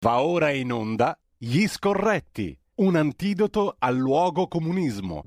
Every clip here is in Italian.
Va ora in onda Gli Scorretti, un antidoto al luogo comunismo.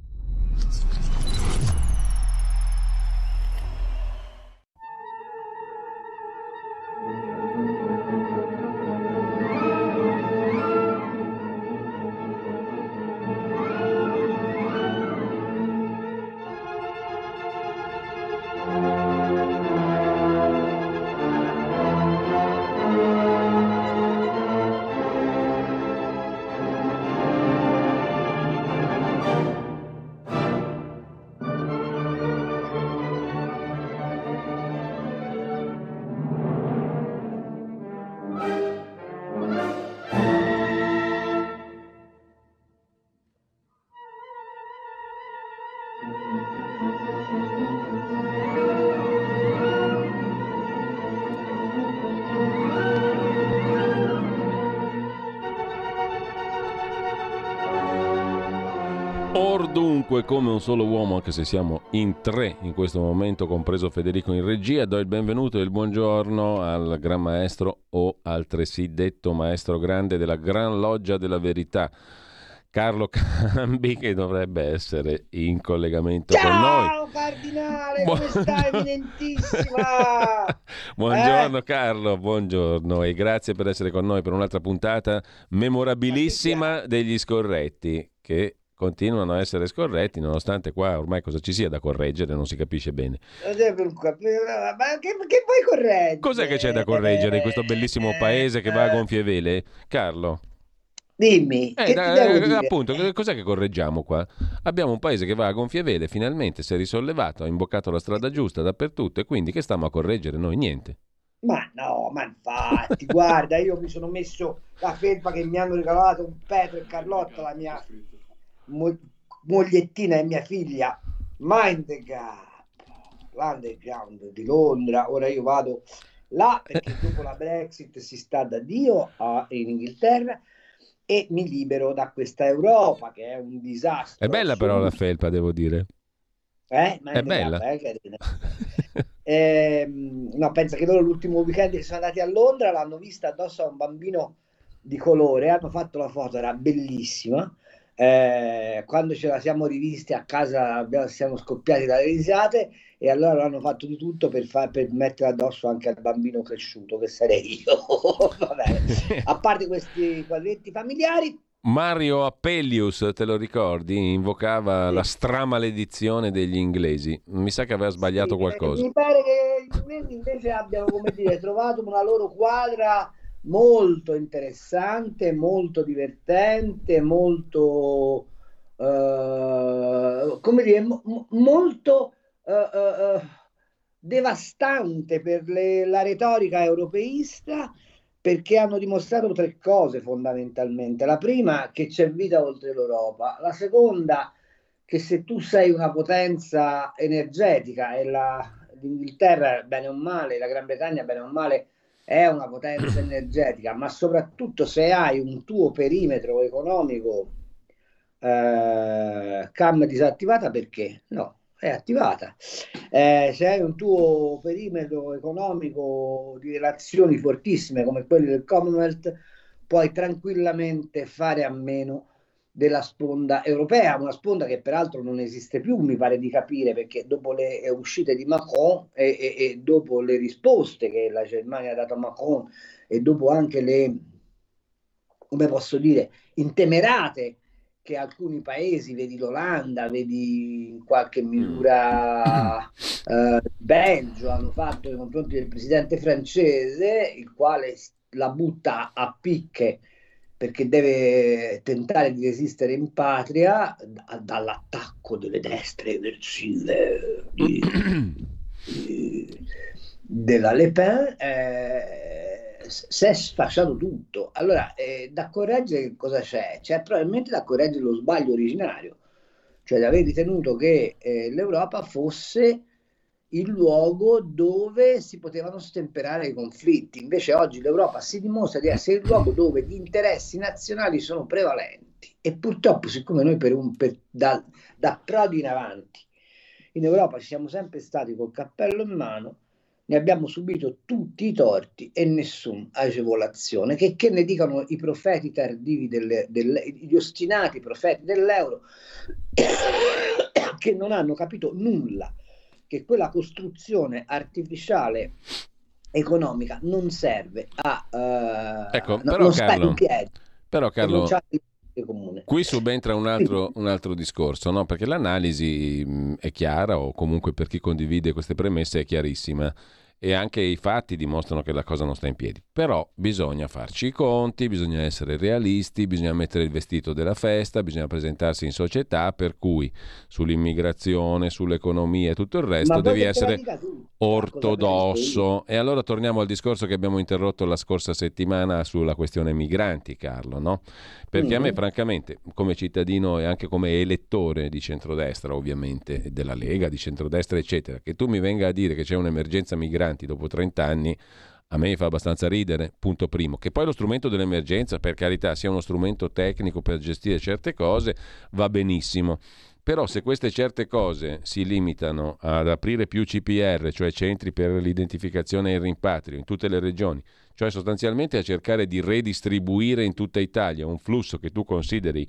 Dunque, come un solo uomo, anche se siamo in tre in questo momento, compreso Federico in regia, do il benvenuto e il buongiorno al Gran Maestro, o altresì detto Maestro Grande della Gran Loggia della Verità, Carlo Cambi, che dovrebbe essere in collegamento con noi. Ciao Cardinale, come stai, eminentissima? Buongiorno Carlo, buongiorno e grazie per essere con noi per un'altra puntata memorabilissima degli Scorretti, che continuano a essere scorretti nonostante qua ormai cosa ci sia da correggere non si capisce bene. Ma che vuoi correggere? Cos'è che c'è da correggere in questo bellissimo paese che va a gonfie vele, Carlo? Dimmi, che ti devo dire? Appunto, cos'è che correggiamo qua? Abbiamo un paese che va a gonfie vele, finalmente si è risollevato, ha imboccato la strada giusta dappertutto, e quindi che stiamo a correggere noi? Niente. Ma no, ma infatti, guarda, io mi sono messo la felpa che mi hanno regalato un Petro e Carlotta, la mia mogliettina e mia figlia, Mind the Gap, l'underground di Londra. Ora io vado là perché dopo la Brexit si sta da Dio in Inghilterra e mi libero da questa Europa che è un disastro. È bella però la felpa, devo dire. È bella. Carina. No, pensa che loro l'ultimo weekend che sono andati a Londra l'hanno vista addosso a un bambino di colore, hanno fatto la foto, era bellissima. Quando ce la siamo rivisti a casa siamo scoppiati dalle risate, e allora hanno fatto di tutto per mettere addosso anche al bambino cresciuto che sarei io. Vabbè. A parte questi quadretti familiari, Mario Appelius, te lo ricordi? Invocava sì, la stramaledizione degli inglesi. Mi sa che aveva sbagliato qualcosa. Mi pare che gli inglesi invece abbiano, come dire, trovato una loro quadra molto interessante, molto divertente, molto come dire, molto devastante per la retorica europeista, perché hanno dimostrato tre cose fondamentalmente. La prima, che c'è vita oltre l'Europa; la seconda, che se tu sei una potenza energetica, e l'Inghilterra bene o male, la Gran Bretagna bene o male è una potenza energetica, ma soprattutto se hai un tuo perimetro economico CAM disattivata, perché no, è attivata. Se hai un tuo perimetro economico di relazioni fortissime come quelle del Commonwealth, puoi tranquillamente fare a meno della sponda europea, una sponda che peraltro non esiste più, mi pare di capire, perché dopo le uscite di Macron e dopo le risposte che la Germania ha dato a Macron, e dopo anche le, come posso dire, intemerate che alcuni paesi, vedi l'Olanda, vedi in qualche misura Belgio, hanno fatto nei confronti del presidente francese, il quale la butta a picche perché deve tentare di resistere in patria dall'attacco delle destre eversive della Le Pen. Si è sfasciato tutto. Allora, da correggere cosa c'è? C'è probabilmente da correggere lo sbaglio originario, cioè di aver ritenuto che l'Europa fosse il luogo dove si potevano stemperare i conflitti. Invece oggi l'Europa si dimostra di essere il luogo dove gli interessi nazionali sono prevalenti, e purtroppo, siccome noi da Prodi in avanti in Europa ci siamo sempre stati col cappello in mano, ne abbiamo subito tutti i torti e nessuna agevolazione. Che ne dicano i profeti tardivi, gli ostinati profeti dell'euro, che non hanno capito nulla, che quella costruzione artificiale economica non serve a Ecco, non sta in piedi. Però Carlo, comune. Qui subentra un altro discorso, no? Perché l'analisi è chiara, o comunque per chi condivide queste premesse è chiarissima, e anche i fatti dimostrano che la cosa non sta in piedi. Però bisogna farci i conti, bisogna essere realisti, bisogna mettere il vestito della festa, bisogna presentarsi in società, per cui sull'immigrazione, sull'economia e tutto il resto devi essere ortodosso. E allora torniamo al discorso che abbiamo interrotto la scorsa settimana sulla questione migranti, Carlo, no? Perché a me, francamente, come cittadino e anche come elettore di centrodestra, ovviamente, della Lega, di centrodestra, eccetera, che tu mi venga a dire che c'è un'emergenza migranti dopo 30 anni, a me fa abbastanza ridere, punto primo. Che poi lo strumento dell'emergenza, per carità, sia uno strumento tecnico per gestire certe cose, va benissimo. Però se queste certe cose si limitano ad aprire più CPR, cioè centri per l'identificazione e il rimpatrio in tutte le regioni, cioè sostanzialmente a cercare di redistribuire in tutta Italia un flusso che tu consideri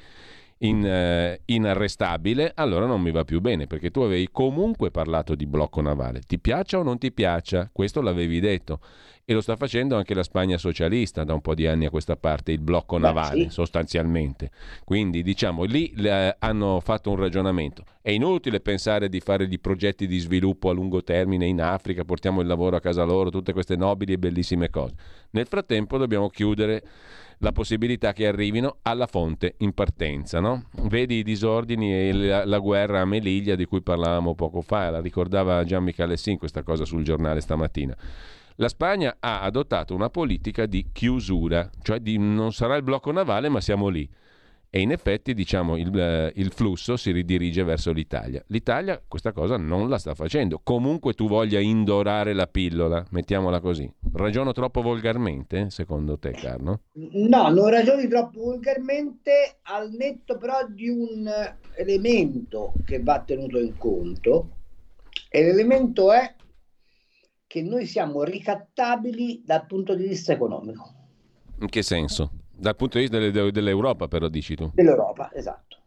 inarrestabile, allora non mi va più bene, perché tu avevi comunque parlato di blocco navale. Ti piaccia o non ti piaccia? Questo l'avevi detto. E lo sta facendo anche la Spagna socialista da un po' di anni a questa parte, il blocco navale, sì, sostanzialmente. Quindi diciamo lì hanno fatto un ragionamento. È inutile pensare di fare di progetti di sviluppo a lungo termine in Africa, portiamo il lavoro a casa loro, tutte queste nobili e bellissime cose. Nel frattempo dobbiamo chiudere la possibilità che arrivino alla fonte in partenza, no? Vedi i disordini e la guerra a Melilla di cui parlavamo poco fa, la ricordava Gianmichele Lessin questa cosa sul giornale stamattina. La Spagna ha adottato una politica di chiusura, cioè non sarà il blocco navale ma siamo lì. E in effetti diciamo il flusso si ridirige verso l'Italia. L'Italia questa cosa non la sta facendo. Comunque tu voglia indorare la pillola, mettiamola così. Ragiono troppo volgarmente, secondo te, Carlo? No, non ragioni troppo volgarmente, al netto però di un elemento che va tenuto in conto, e l'elemento è che noi siamo ricattabili dal punto di vista economico. In che senso? Dal punto di vista dell'Europa, però, dici tu. Dell'Europa, esatto.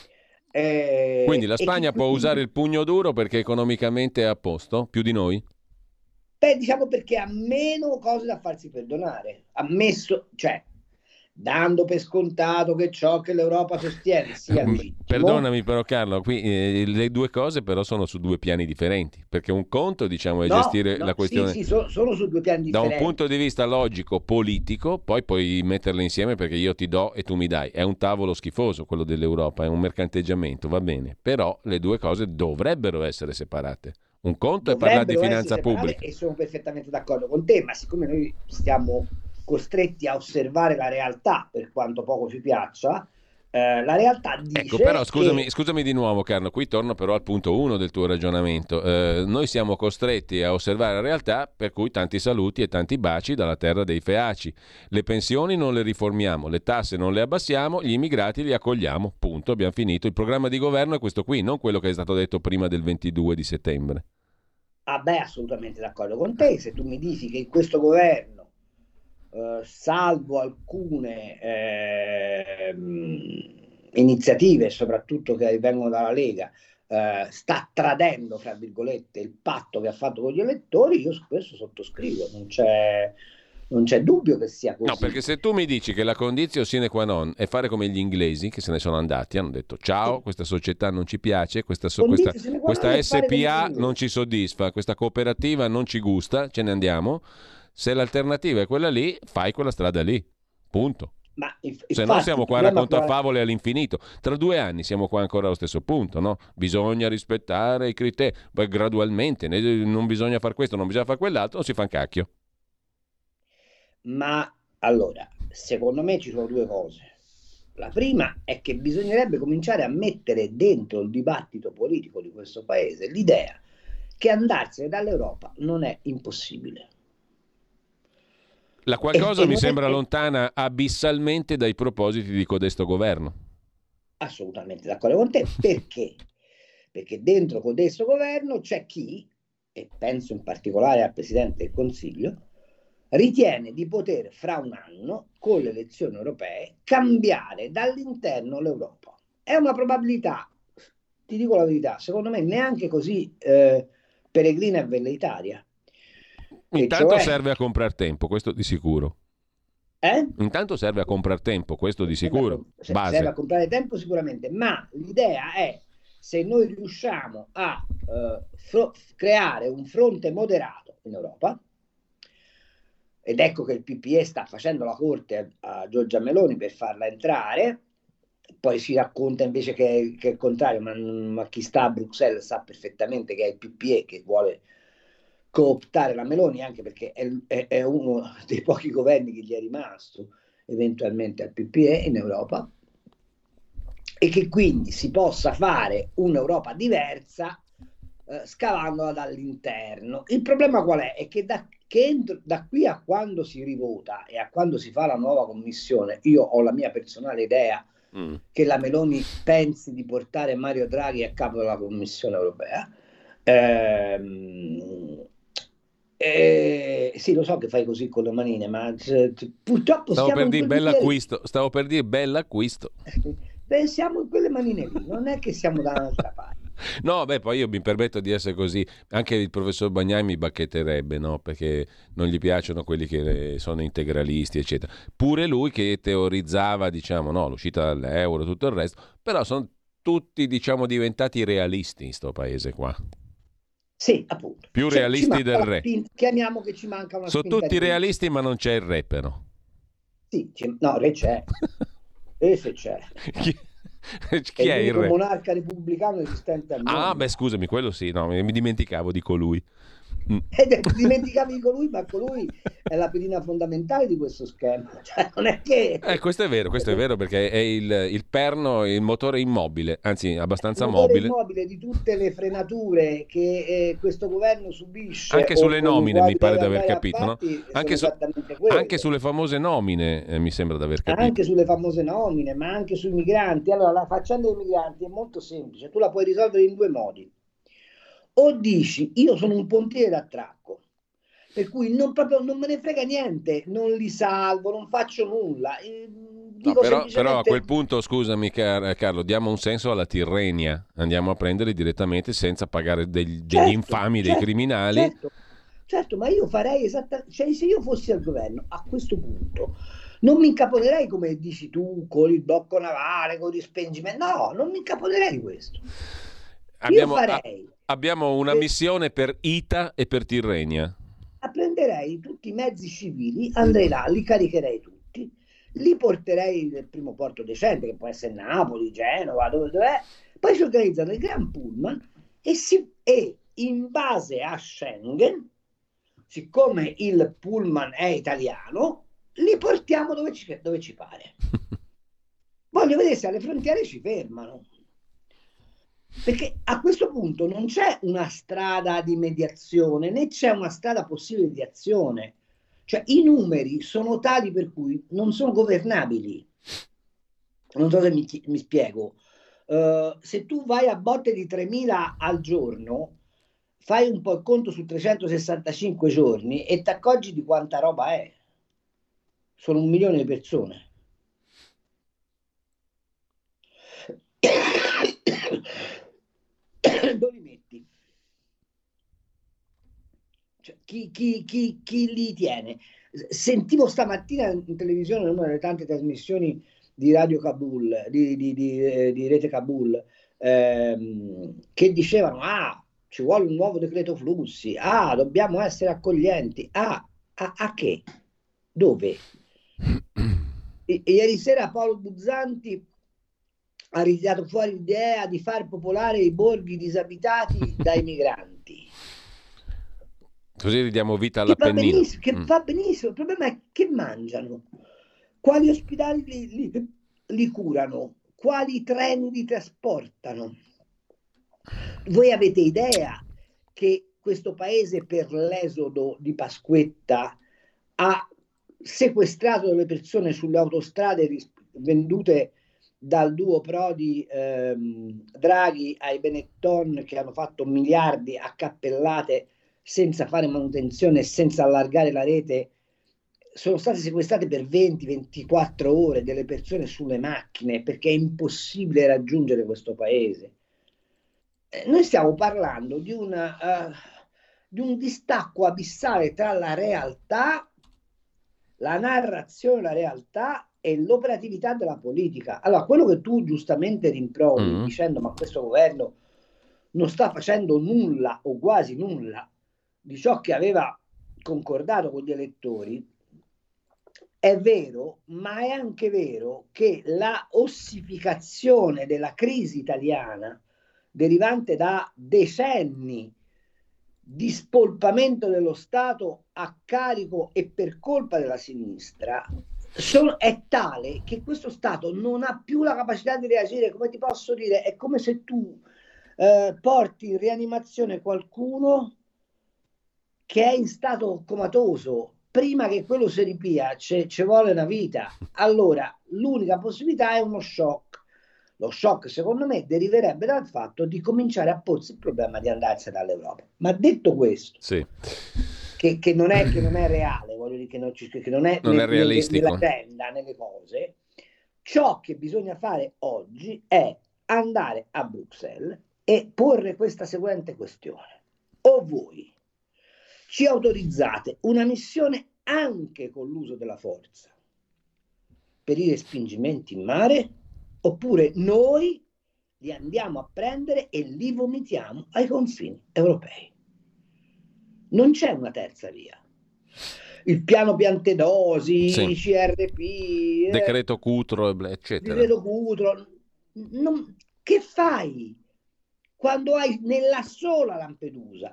Quindi la Spagna può usare il pugno duro perché economicamente è a posto, più di noi? Beh, diciamo perché ha meno cose da farsi perdonare. Ammesso, cioè, dando per scontato che ciò che l'Europa sostiene sia legittimo. Perdonami però Carlo, qui le due cose però sono su due piani differenti, perché un conto diciamo è gestire la questione sì, sono su due piani differenti. Da un punto di vista logico, politico, poi puoi metterle insieme perché io ti do e tu mi dai, è un tavolo schifoso quello dell'Europa, è un mercanteggiamento, va bene, però le due cose dovrebbero essere separate. Un conto è parlare di finanza pubblica. E sono perfettamente d'accordo con te, ma siccome noi stiamo costretti a osservare la realtà, per quanto poco ci piaccia, la realtà dice... Ecco, però scusami di nuovo Carlo, qui torno però al punto 1 del tuo ragionamento. Noi siamo costretti a osservare la realtà, per cui tanti saluti e tanti baci dalla terra dei feaci. Le pensioni non le riformiamo, le tasse non le abbassiamo, gli immigrati li accogliamo, punto, abbiamo finito. Il programma di governo è questo qui, non quello che è stato detto prima del 22 di settembre. Ah beh, assolutamente d'accordo con te. Se tu mi dici che in questo governo, salvo alcune iniziative, soprattutto che vengono dalla Lega, sta tradendo, fra virgolette, il patto che ha fatto con gli elettori, io su questo sottoscrivo, non c'è dubbio che sia così. No, perché se tu mi dici che la condizione sine qua non è fare come gli inglesi che se ne sono andati, hanno detto ciao, questa società non ci piace, questa SPA non ci soddisfa, questa cooperativa non ci gusta, ce ne andiamo. Se l'alternativa è quella lì, fai quella strada lì, punto. Ma se no siamo qua a raccontare favole all'infinito. Tra 2 anni siamo qua ancora allo stesso punto, no? Bisogna rispettare i criteri, poi gradualmente, non bisogna fare questo, non bisogna fare quell'altro, non si fa un cacchio. Ma allora, secondo me ci sono due cose. La prima è che bisognerebbe cominciare a mettere dentro il dibattito politico di questo paese l'idea che andarsene dall'Europa non è impossibile. La qual cosa mi sembra lontana abissalmente dai propositi di codesto governo. Assolutamente d'accordo con te. Perché? Perché dentro codesto governo c'è chi e penso in particolare al Presidente del Consiglio, ritiene di poter fra un anno, con le elezioni europee, cambiare dall'interno l'Europa. È una probabilità, ti dico la verità, secondo me neanche così peregrina e velleitaria. Intanto serve a comprare tempo, questo di sicuro. Intanto serve a comprare tempo, questo di sicuro. Serve a comprare tempo sicuramente, ma l'idea è, se noi riusciamo a creare un fronte moderato in Europa, ed ecco che il PPE sta facendo la corte a Giorgia Meloni per farla entrare, poi si racconta invece che è il contrario, ma chi sta a Bruxelles sa perfettamente che è il PPE che vuole cooptare la Meloni, anche perché è uno dei pochi governi che gli è rimasto eventualmente al PPE in Europa, e che quindi si possa fare un'Europa diversa scavandola dall'interno. Il problema qual è? È che da qui a quando si rivota e a quando si fa la nuova commissione, io ho la mia personale idea che la Meloni pensi di portare Mario Draghi a capo della Commissione europea. Sì, lo so che fai così con le manine, ma purtroppo stavo per dire bell'acquisto. Stavo per dire bell'acquisto. Siamo in quelle manine lì, non è che siamo da un'altra parte. No, beh, poi io mi permetto di essere così. Anche il professor Bagnai mi bacchetterebbe, no? Perché non gli piacciono quelli che sono integralisti, eccetera. Pure lui che teorizzava, diciamo, no, l'uscita dall'euro, tutto il resto, però sono tutti, diciamo, diventati realisti in sto paese qua. Sì, appunto. Più realisti del re. Chiamiamo che ci manca una sono tutti realisti, ma non c'è il re, però. Sì, no, re c'è. E se c'è. Chi è il re? Monarca repubblicano esistente al mondo. Ah, beh, scusami, quello sì, no, mi dimenticavo di colui. Dimenticavi colui, ma colui è la pedina fondamentale di questo schema. Cioè, non è che... questo è vero perché è il perno, il motore immobile, anzi abbastanza mobile. Il motore immobile di tutte le frenature che questo governo subisce. Anche sulle nomine mi pare di aver capito, no? Anche sulle famose nomine mi sembra di aver capito. Anche sulle famose nomine, ma anche sui migranti. Allora, la faccenda dei migranti è molto semplice, tu la puoi risolvere in due modi. O dici, io sono un pontiere d'attracco, per cui non me ne frega niente, non li salvo, non faccio nulla. Dico però a quel punto, scusami Carlo, diamo un senso alla Tirrenia, andiamo a prenderli direttamente senza pagare degli infami, dei criminali. Certo, ma io farei esattamente, cioè se io fossi al governo a questo punto non mi incaponerei, come dici tu, con il blocco navale, con gli spengimenti, no, non mi incaponerei di questo. Abbiamo una missione per Ita e per Tirrenia. Prenderei tutti i mezzi civili, andrei là, li caricherei tutti, li porterei nel primo porto decente, che può essere Napoli, Genova, dov'è, poi si organizzano il Gran Pullman e in base a Schengen, siccome il pullman è italiano, li portiamo dove ci pare. Voglio vedere se alle frontiere ci fermano. Perché a questo punto non c'è una strada di mediazione, né c'è una strada possibile di azione. Cioè i numeri sono tali per cui non sono governabili. Non so se mi spiego. Se tu vai a botte di 3.000 al giorno, fai un po' il conto su 365 giorni e ti accorgi di quanta roba è. Sono 1 milione di persone. Dove li metti? Cioè, chi li tiene? Sentivo stamattina in televisione, in una delle tante trasmissioni di Radio Kabul, di Rete Kabul, che dicevano: ci vuole un nuovo decreto flussi, dobbiamo essere accoglienti, a che? Dove? E ieri sera Paolo Buzzanti ha ritirato fuori l'idea di far popolare i borghi disabitati dai migranti. Così ridiamo vita all'Appennino. Va benissimo, il problema è che mangiano, quali ospedali li curano, quali treni li trasportano. Voi avete idea che questo paese, per l'esodo di Pasquetta, ha sequestrato delle persone sulle autostrade vendute dal duo Prodi Draghi ai Benetton, che hanno fatto miliardi a cappellate senza fare manutenzione e senza allargare la rete, sono state sequestrate per 20-24 ore delle persone sulle macchine perché è impossibile raggiungere questo paese. Noi stiamo parlando di un distacco abissale tra la realtà, la narrazione, la realtà e l'operatività della politica. Allora, quello che tu giustamente rimproveri dicendo ma questo governo non sta facendo nulla o quasi nulla di ciò che aveva concordato con gli elettori, è vero, ma è anche vero che la ossificazione della crisi italiana derivante da decenni di spolpamento dello Stato a carico e per colpa della sinistra è tale che questo Stato non ha più la capacità di reagire. Come ti posso dire? È come se tu porti in rianimazione qualcuno che è in stato comatoso. Prima che quello si ripia ci vuole una vita. Allora l'unica possibilità è uno shock. Lo shock, secondo me, deriverebbe dal fatto di cominciare a porsi il problema di andarsene dall'Europa. Ma detto questo, sì, che non è reale, voglio dire, che non è realistico nell'agenda, nelle cose, ciò che bisogna fare oggi è andare a Bruxelles e porre questa seguente questione. O voi ci autorizzate una missione anche con l'uso della forza per i respingimenti in mare, oppure noi li andiamo a prendere e li vomitiamo ai confini europei. Non c'è una terza via. Il piano Piantedosi, sì, i CRP, decreto Cutro, eccetera. Decreto Cutro. Che fai quando hai nella sola Lampedusa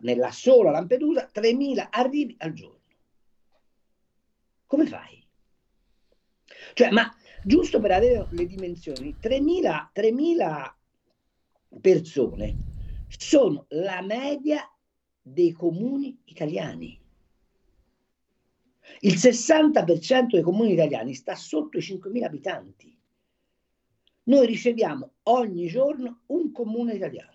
3.000 arrivi al giorno? Come fai? Cioè, ma giusto per avere le dimensioni, 3.000 persone sono la media dei comuni italiani. Il 60% dei comuni italiani sta sotto i 5.000 abitanti. Noi riceviamo ogni giorno un comune italiano.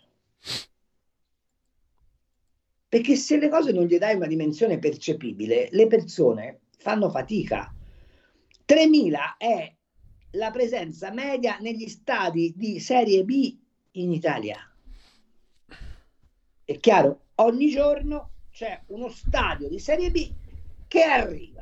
Perché se le cose non gli dai una dimensione percepibile, le persone fanno fatica. 3.000 è la presenza media negli stadi di Serie B in Italia. È chiaro? Ogni giorno c'è uno stadio di Serie B che arriva.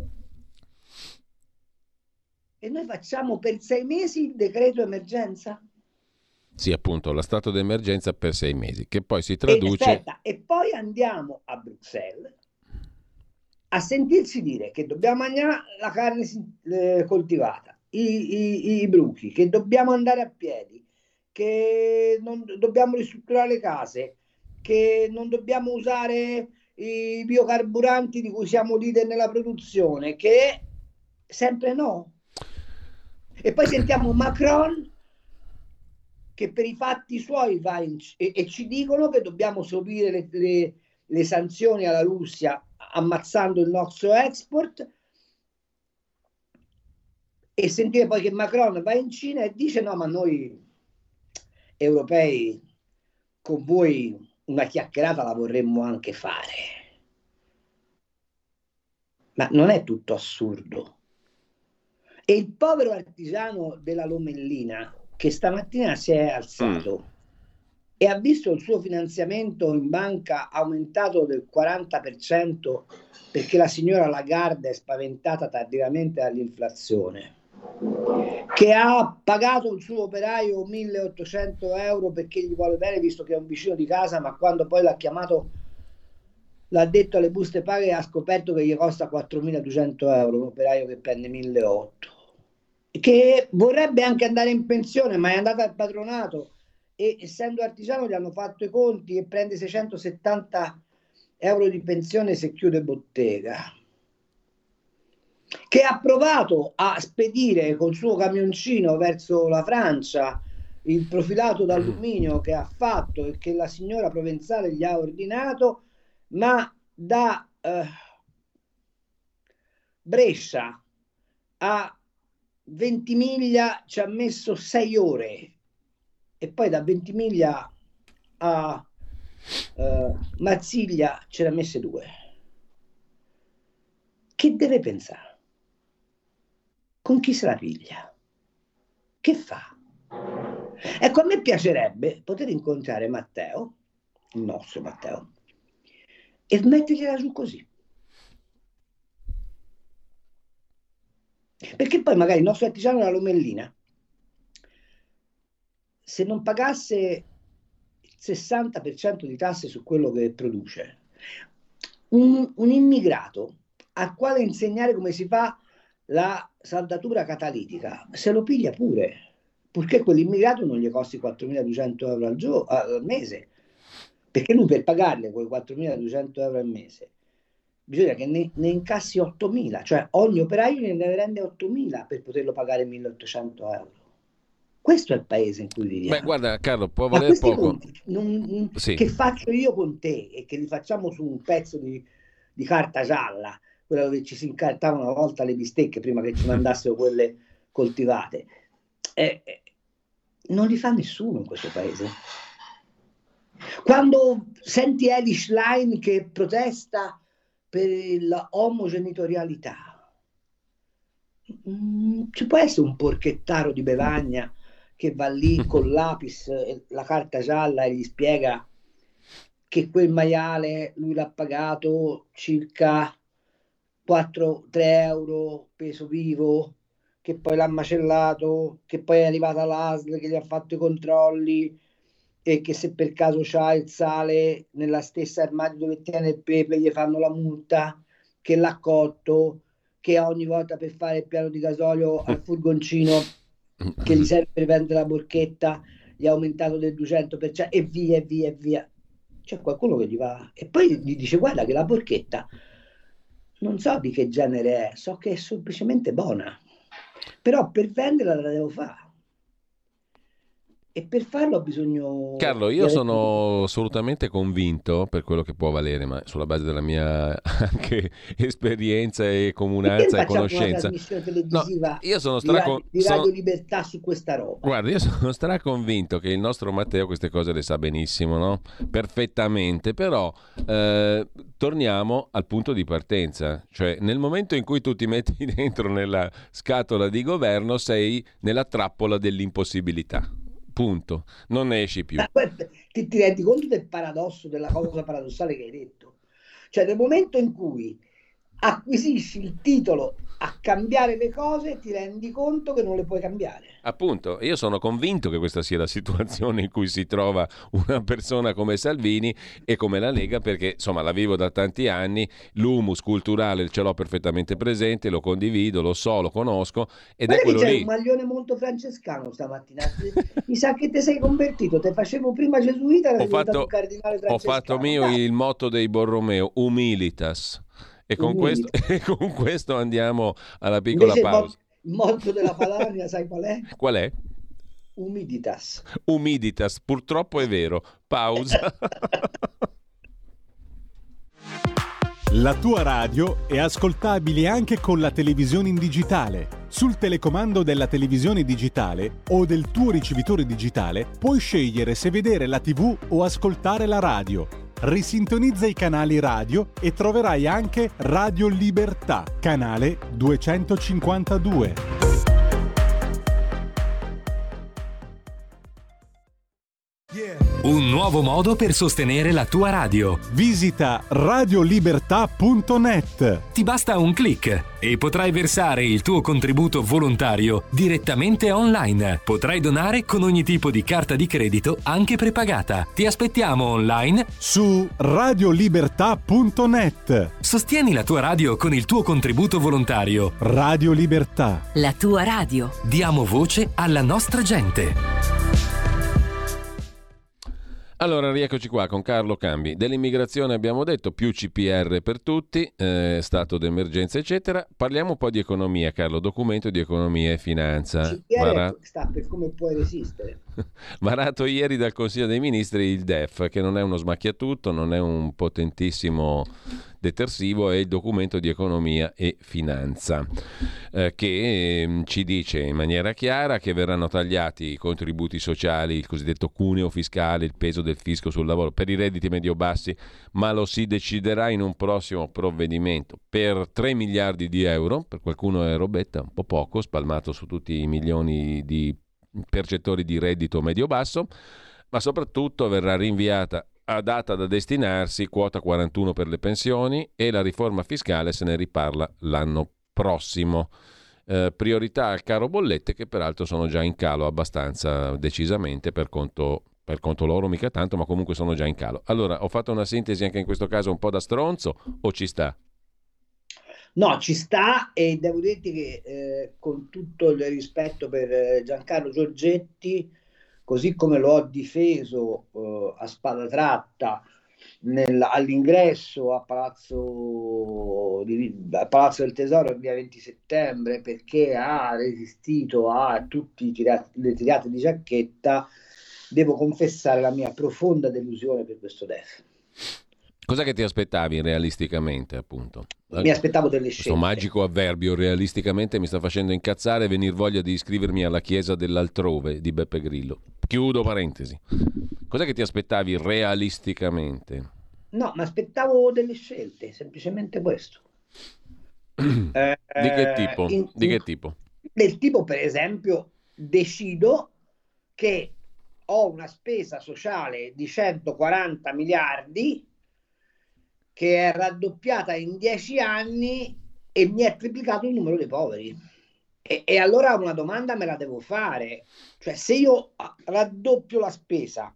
E noi facciamo per 6 mesi il decreto emergenza? Sì, appunto, lo stato d'emergenza per 6 mesi, che poi si traduce... E poi andiamo a Bruxelles a sentirsi dire che dobbiamo mangiare la carne coltivata, i bruchi, che dobbiamo andare a piedi, che non dobbiamo ristrutturare le case, che non dobbiamo usare i biocarburanti di cui siamo leader nella produzione, che sempre no. E poi sentiamo Macron che per i fatti suoi va e ci dicono che dobbiamo subire le sanzioni alla Russia ammazzando il nostro export, e sentire poi che Macron va in Cina e dice no, ma noi europei con voi una chiacchierata la vorremmo anche fare. Ma non è tutto assurdo? E il povero artigiano della Lomellina che stamattina si è alzato e ha visto il suo finanziamento in banca aumentato del 40% perché la signora Lagarde è spaventata tardivamente dall'inflazione, che ha pagato il suo operaio 1.800 euro perché gli vuole bene visto che è un vicino di casa, ma quando poi l'ha chiamato, l'ha detto alle buste paga e ha scoperto che gli costa 4.200 euro un operaio che prende 1.800, che vorrebbe anche andare in pensione ma è andato al patronato e essendo artigiano gli hanno fatto i conti e prende 670 euro di pensione se chiude bottega, che ha provato a spedire col suo camioncino verso la Francia il profilato d'alluminio che ha fatto e che la signora provenzale gli ha ordinato, ma da Brescia a Ventimiglia ci ha messo 6 ore e poi da Ventimiglia a Marsiglia ce l'ha messe 2. Che deve pensare? Con chi se la piglia? Che fa? Ecco, a me piacerebbe poter incontrare Matteo, il nostro Matteo, e mettergliela su così. Perché poi magari il nostro artigiano della Lomellina, se non pagasse il 60% di tasse su quello che produce, un immigrato al quale insegnare come si fa la saldatura catalitica, se lo piglia pure, purché quell'immigrato non gli costi 4.200 euro al mese, perché lui per pagarle quei 4.200 euro al mese bisogna che ne incassi 8.000, cioè ogni operaio ne deve rendere 8.000 per poterlo pagare 1.800 euro. Questo è il paese in cui viviamo. Beh, guarda Carlo, può valere poco. Sì. Che faccio io con te e che li facciamo su un pezzo di carta gialla, quella dove ci si incartavano una volta le bistecche prima che ci mandassero quelle coltivate, non li fa nessuno in questo paese. Quando senti Eli Schlein che protesta per l'omogenitorialità, ci può essere un porchettaro di Bevagna che va lì con l'apis e la carta gialla e gli spiega che quel maiale lui l'ha pagato circa 3 euro peso vivo, che poi l'ha macellato, che poi è arrivata l'ASL che gli ha fatto i controlli e che se per caso c'ha il sale nella stessa armadio dove tiene il pepe gli fanno la multa, che l'ha cotto, che ogni volta per fare il piano di gasolio al furgoncino che gli serve per vendere la borchetta gli ha aumentato del 200% e via e via e via. C'è qualcuno che gli va e poi gli dice guarda che la borchetta non so di che genere è, so che è semplicemente buona, però per venderla la devo fare. E per farlo ho bisogno... Carlo, io sono assolutamente convinto, per quello che può valere, ma sulla base della mia anche esperienza e comunanza e conoscenza. Una trasmissione televisiva no, io sono di Radio Libertà su questa roba. Guarda, io sono straconvinto che il nostro Matteo queste cose le sa benissimo, no? Perfettamente, però torniamo al punto di partenza, cioè nel momento in cui tu ti metti dentro nella scatola di governo sei nella trappola dell'impossibilità. Punto, non ne esci più. Ti rendi conto del paradosso, della cosa paradossale che hai detto? Cioè nel momento in cui acquisisci il titolo a cambiare le cose ti rendi conto che non le puoi cambiare. Appunto, io sono convinto che questa sia la situazione in cui si trova una persona come Salvini e come la Lega, perché insomma la vivo da tanti anni, l'humus culturale ce l'ho perfettamente presente, lo condivido, lo so, lo conosco ed è quello lì. C'è un maglione molto francescano stamattina, mi sa che ti sei convertito, te facevo prima gesuita, eri diventato un cardinale francescano. Ho fatto mio il motto dei Borromeo, humilitas. E con questo andiamo alla piccola pausa. Il motto della Padania, sai qual è? Qual è? Humiditas. Humiditas, purtroppo è vero. Pausa. La tua radio è ascoltabile anche con la televisione in digitale. Sul telecomando della televisione digitale o del tuo ricevitore digitale puoi scegliere se vedere la TV o ascoltare la radio. Risintonizza i canali radio e troverai anche Radio Libertà, canale 252. Un nuovo modo per sostenere la tua radio. Visita radiolibertà.net. Ti basta un click e potrai versare il tuo contributo volontario direttamente online. Potrai donare con ogni tipo di carta di credito, anche prepagata. Ti aspettiamo online su radiolibertà.net. Sostieni la tua radio con il tuo contributo volontario. Radio Libertà. La tua radio. Diamo voce alla nostra gente. Allora, rieccoci qua con Carlo Cambi. Dell'immigrazione abbiamo detto, più CPR per tutti, stato d'emergenza, eccetera. Parliamo un po' di economia, Carlo, documento di economia e finanza. CPR sta per come puoi resistere. Varato ieri dal Consiglio dei Ministri il DEF, che non è uno smacchiatutto, non è un potentissimo detersivo è il documento di economia e finanza, che ci dice in maniera chiara che verranno tagliati i contributi sociali, il cosiddetto cuneo fiscale, il peso del fisco sul lavoro per i redditi medio-bassi, ma lo si deciderà in un prossimo provvedimento per 3 miliardi di euro, per qualcuno è robetta, un po' poco, spalmato su tutti i milioni di percettori di reddito medio-basso, ma soprattutto verrà rinviata a data da destinarsi quota 41 per le pensioni e la riforma fiscale se ne riparla l'anno prossimo. Priorità al caro bollette, che peraltro sono già in calo abbastanza decisamente per conto loro, mica tanto, ma comunque sono già in calo. Allora, ho fatto una sintesi anche in questo caso un po' da stronzo o ci sta? No, ci sta, e devo dirti che con tutto il rispetto per Giancarlo Giorgetti, così come lo ho difeso a spada tratta all'ingresso a Palazzo del Tesoro il via 20 settembre, perché ha resistito a tutte le tirate di giacchetta, devo confessare la mia profonda delusione per questo DEF. Cosa che ti aspettavi realisticamente, appunto? Mi aspettavo delle scelte. Questo magico avverbio realisticamente mi sta facendo incazzare e venir voglia di iscrivermi alla chiesa dell'altrove di Beppe Grillo. Chiudo parentesi. Cos'è che ti aspettavi realisticamente? No, mi aspettavo delle scelte, semplicemente questo. Di che tipo? Di che tipo? Del tipo, per esempio, decido che ho una spesa sociale di 140 miliardi che è raddoppiata in 10 anni e mi è triplicato il numero dei poveri. E allora una domanda me la devo fare. Cioè, se io raddoppio la spesa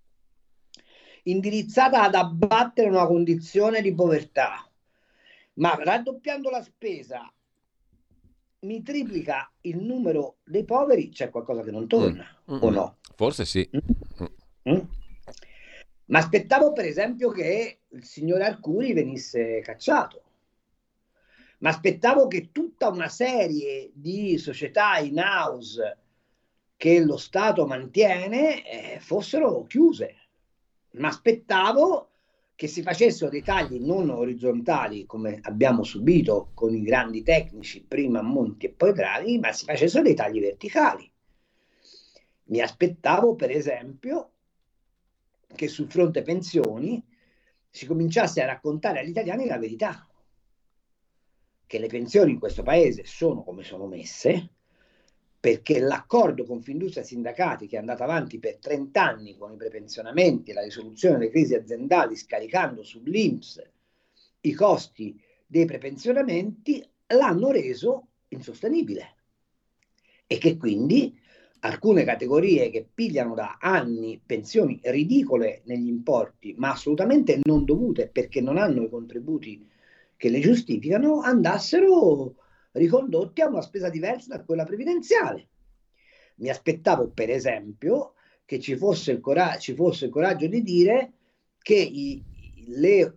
indirizzata ad abbattere una condizione di povertà, ma raddoppiando la spesa mi triplica il numero dei poveri, c'è qualcosa che non torna, o no? Forse sì. Ma aspettavo, per esempio, che il signor Arcuri venisse cacciato. Ma aspettavo che tutta una serie di società in house che lo Stato mantiene fossero chiuse. Ma aspettavo che si facessero dei tagli non orizzontali, come abbiamo subito con i grandi tecnici, prima Monti e poi Draghi, ma si facessero dei tagli verticali. Mi aspettavo, per esempio, che sul fronte pensioni si cominciasse a raccontare agli italiani la verità, che le pensioni in questo paese sono come sono messe, perché l'accordo Confindustria Sindacati, che è andato avanti per 30 anni con i prepensionamenti e la risoluzione delle crisi aziendali, scaricando sull'INPS i costi dei prepensionamenti, l'hanno reso insostenibile, e che quindi alcune categorie che pigliano da anni pensioni ridicole negli importi, ma assolutamente non dovute perché non hanno i contributi che le giustificano, andassero ricondotti a una spesa diversa da quella previdenziale. Mi aspettavo, per esempio, che ci fosse il coraggio di dire che le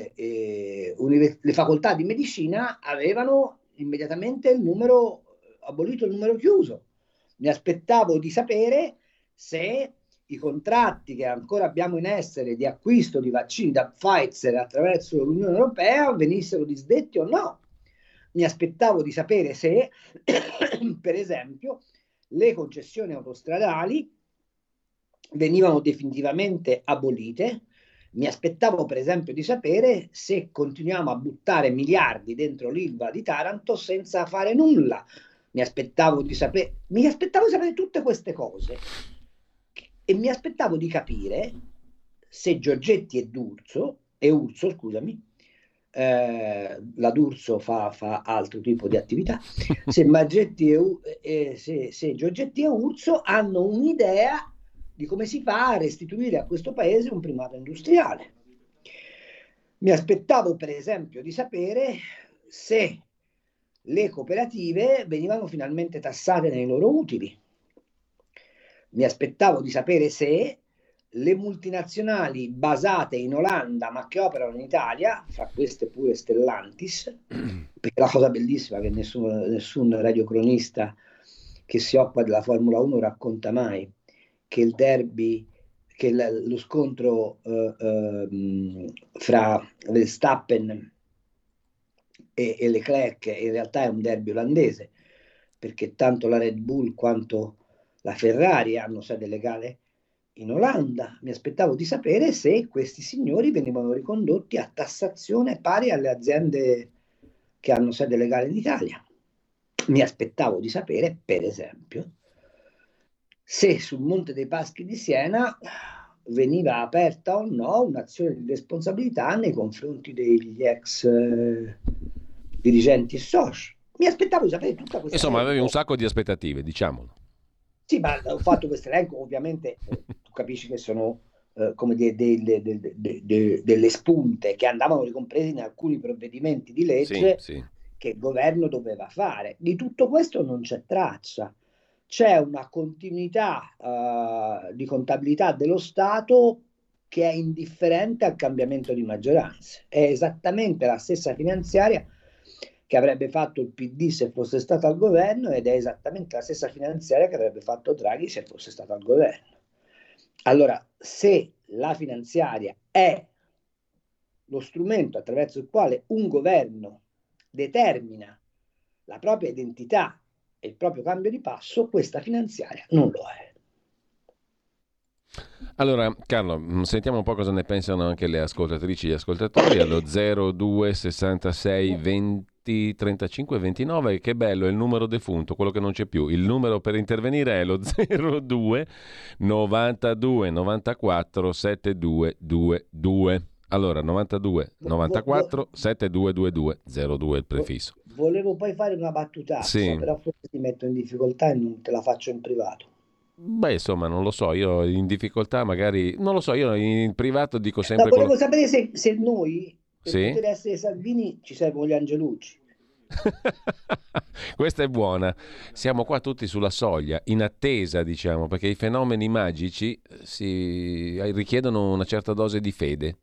facoltà di medicina avevano immediatamente abolito il numero chiuso. Mi aspettavo di sapere se i contratti che ancora abbiamo in essere di acquisto di vaccini da Pfizer attraverso l'Unione Europea venissero disdetti o no. Mi aspettavo di sapere se, per esempio, le concessioni autostradali venivano definitivamente abolite. Mi aspettavo, per esempio, di sapere se continuiamo a buttare miliardi dentro l'Ilva di Taranto senza fare nulla. Mi aspettavo di sapere tutte queste cose, e mi aspettavo di capire se Giorgetti e Urso, scusami, la D'Urso fa altro tipo di attività, se Giorgetti e Urso hanno un'idea di come si fa a restituire a questo paese un primato industriale. Mi aspettavo, per esempio, di sapere se le cooperative venivano finalmente tassate nei loro utili. Mi aspettavo di sapere se le multinazionali basate in Olanda ma che operano in Italia, fra queste pure Stellantis, perché la cosa bellissima è che nessun radiocronista che si occupa della Formula 1 racconta mai che il derby, che lo scontro fra Verstappen e Leclerc in realtà è un derby olandese, perché tanto la Red Bull quanto la Ferrari hanno sede legale in Olanda. Mi aspettavo di sapere se questi signori venivano ricondotti a tassazione pari alle aziende che hanno sede legale in Italia. Mi aspettavo di sapere, per esempio, se sul Monte dei Paschi di Siena veniva aperta o no un'azione di responsabilità nei confronti degli ex dirigenti soci. Mi aspettavo di sapere tutta questa Insomma, cosa. avevi un sacco di aspettative, diciamolo. Sì, ma ho fatto questo elenco, ovviamente tu capisci che sono come delle spunte che andavano ricomprese in alcuni provvedimenti di legge Sì. che il governo doveva fare. Di tutto questo non c'è traccia. C'è una continuità di contabilità dello Stato che è indifferente al cambiamento di maggioranze. È esattamente la stessa finanziaria che avrebbe fatto il PD se fosse stato al governo, ed è esattamente la stessa finanziaria che avrebbe fatto Draghi se fosse stato al governo. Allora, se la finanziaria è lo strumento attraverso il quale un governo determina la propria identità e il proprio cambio di passo, questa finanziaria non lo è. Allora, Carlo, sentiamo un po' cosa ne pensano anche le ascoltatrici e gli ascoltatori allo 02 66 20 35 29. Che bello, è il numero defunto, quello che non c'è più. Il numero per intervenire è lo 02 92 94 7222. Allora, 92 94 7222 02 è il prefisso. Volevo poi fare una battutazza, Sì. però forse ti metto in difficoltà e non te la faccio in privato. Beh, insomma, non lo so, io in difficoltà magari, non lo so, io in privato dico sempre... No, volevo sapere se noi, per Sì? poter essere Salvini, ci servono gli Angelucci. Questa è buona. Siamo qua tutti sulla soglia, in attesa, diciamo, perché i fenomeni magici richiedono una certa dose di fede.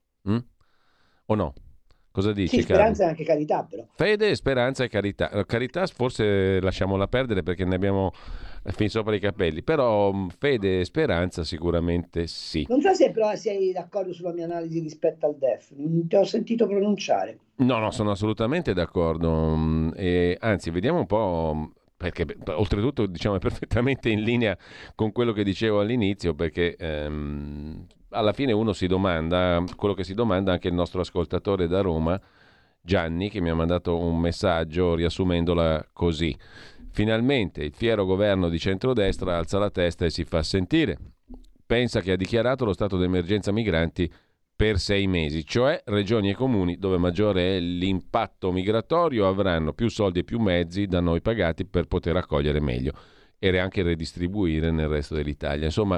O no? Cosa dici, Sì, speranza Carlo? e anche carità, però. Fede, speranza e carità. Carità forse lasciamola perdere perché ne abbiamo fin sopra i capelli, però fede e speranza sicuramente sì. Non so se però sei d'accordo sulla mia analisi rispetto al DEF, non ti ho sentito pronunciare. No, sono assolutamente d'accordo. E anzi, vediamo un po', perché oltretutto diciamo è perfettamente in linea con quello che dicevo all'inizio, perché alla fine uno si domanda, quello che si domanda anche il nostro ascoltatore da Roma, Gianni, che mi ha mandato un messaggio riassumendola così. Finalmente il fiero governo di centrodestra alza la testa e si fa sentire. Pensa che ha dichiarato lo stato d'emergenza migranti per 6 mesi, cioè regioni e comuni dove maggiore è l'impatto migratorio avranno più soldi e più mezzi da noi pagati per poter accogliere meglio e anche redistribuire nel resto dell'Italia. Insomma,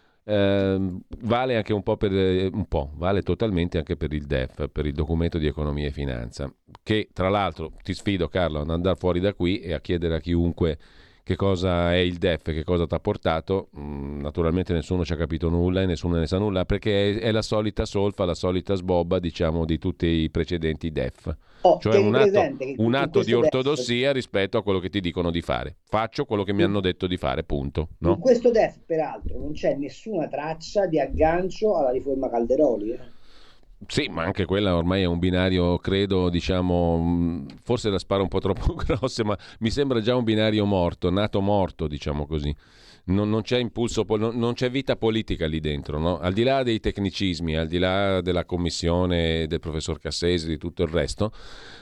vale anche vale totalmente anche per il DEF, per il documento di economia e finanza, che tra l'altro ti sfido, Carlo, ad andare fuori da qui e a chiedere a chiunque che cosa è il DEF, che cosa ti ha portato. Naturalmente nessuno ci ha capito nulla e nessuno ne sa nulla, perché è la solita solfa, la solita sbobba, diciamo, di tutti i precedenti DEF. Cioè un atto di ortodossia rispetto a quello che ti dicono di fare. Faccio quello che mi hanno detto di fare, punto. No? In questo DEF, peraltro, non c'è nessuna traccia di aggancio alla riforma Calderoli. Sì, ma anche quella ormai è un binario, credo, diciamo, forse la sparo un po' troppo grosse, ma mi sembra già un binario morto, nato morto, diciamo così. Non c'è impulso, non c'è vita politica lì dentro, no? Al di là dei tecnicismi, al di là della commissione del professor Cassese, di tutto il resto,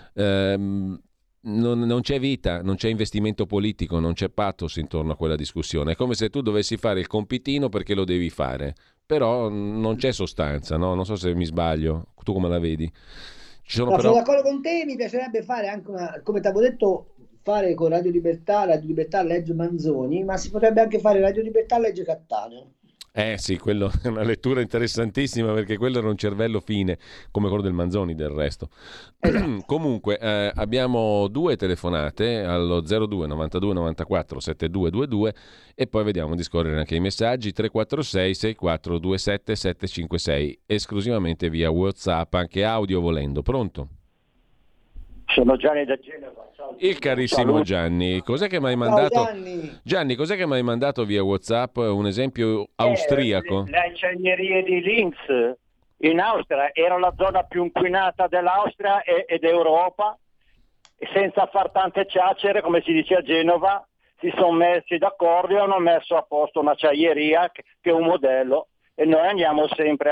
non c'è vita, non c'è investimento politico, non c'è pathos intorno a quella discussione. È come se tu dovessi fare il compitino perché lo devi fare, però non c'è sostanza, no? Non so se mi sbaglio, tu come la vedi? Sono d'accordo con te, mi piacerebbe fare anche come ti avevo detto, fare con Radio Libertà legge Manzoni, ma si potrebbe anche fare Radio Libertà legge Cattaneo. Sì, quello è una lettura interessantissima, perché quello era un cervello fine, come quello del Manzoni del resto. Esatto. Comunque, abbiamo 2 telefonate allo 02 92 94 7222 e poi vediamo di scorrere anche i messaggi 346 6427 756, esclusivamente via WhatsApp, anche audio volendo. Pronto? Sono Gianni da Genova. Il carissimo Gianni, cos'è che mi hai mandato? Gianni, cos'è che mi hai mandato via WhatsApp? Un esempio austriaco? Le acciaierie di Linz in Austria era la zona più inquinata dell'Austria ed Europa, e senza far tante chiacchiere, come si dice a Genova, si sono messi d'accordo e hanno messo a posto un'acciaieria che è un modello, e noi andiamo sempre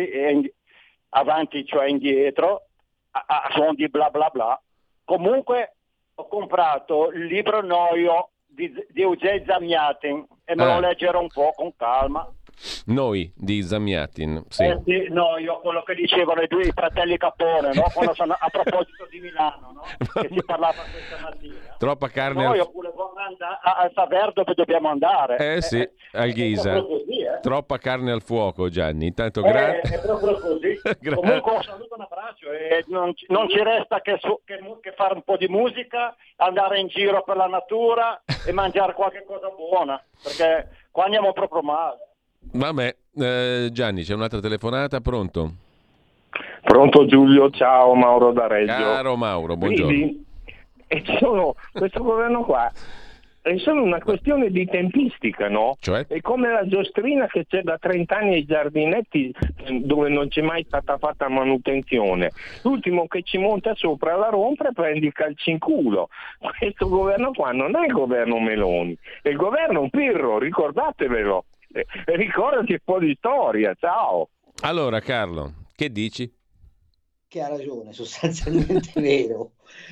avanti cioè indietro, a suon di bla bla bla. Comunque ho comprato il libro Noio di Eugene Zamyatin e me lo leggerò un po' con calma. Noi di Zamyatin, sì. Sì, no, io quello che dicevano i fratelli Capone, no? Quando sono a proposito di Milano, no? Che si parlava questa mattina. Troppa carne Noi oppure vorremmo andare a saper dove dobbiamo andare. sì, al Ghisa. Così, Troppa carne al fuoco, Gianni. Intanto è proprio così. Comunque un saluto, un abbraccio, e non ci resta che fare un po' di musica, andare in giro per la natura e mangiare qualche cosa buona, perché qua andiamo proprio male. Vabbè, Gianni, c'è un'altra telefonata, pronto? Pronto Giulio, ciao, Mauro da Reggio. Caro Mauro, buongiorno. Vedi? Questo governo qua è solo una questione di tempistica, no? Cioè? È come la giostrina che c'è da 30 anni ai giardinetti dove non c'è mai stata fatta manutenzione. L'ultimo che ci monta sopra la rompe e prendi il calcio in culo. Questo governo qua non è il governo Meloni, è il governo Pirro, ricordatevelo. Ricordati un po' di storia, ciao. Allora Carlo, che dici? Che ha ragione, sostanzialmente vero.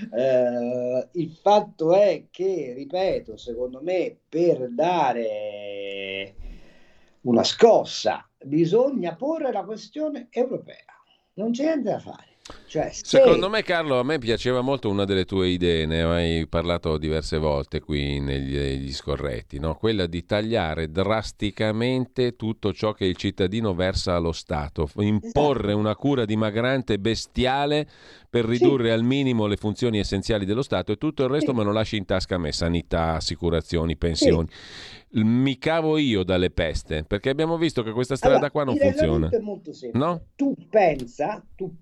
Il fatto è che, ripeto, secondo me per dare una scossa bisogna porre la questione europea, non c'è niente da fare. Cioè, Secondo me, Carlo, a me piaceva molto una delle tue idee, ne hai parlato diverse volte qui negli scorretti, no? Quella di tagliare drasticamente tutto ciò che il cittadino versa allo Stato, imporre una cura dimagrante bestiale per ridurre al minimo le funzioni essenziali dello Stato, e tutto il resto me lo lasci in tasca a me, sanità, assicurazioni, pensioni. Mi cavo io dalle peste, perché abbiamo visto che questa strada qua non funziona. È molto semplice. No? Tu pensa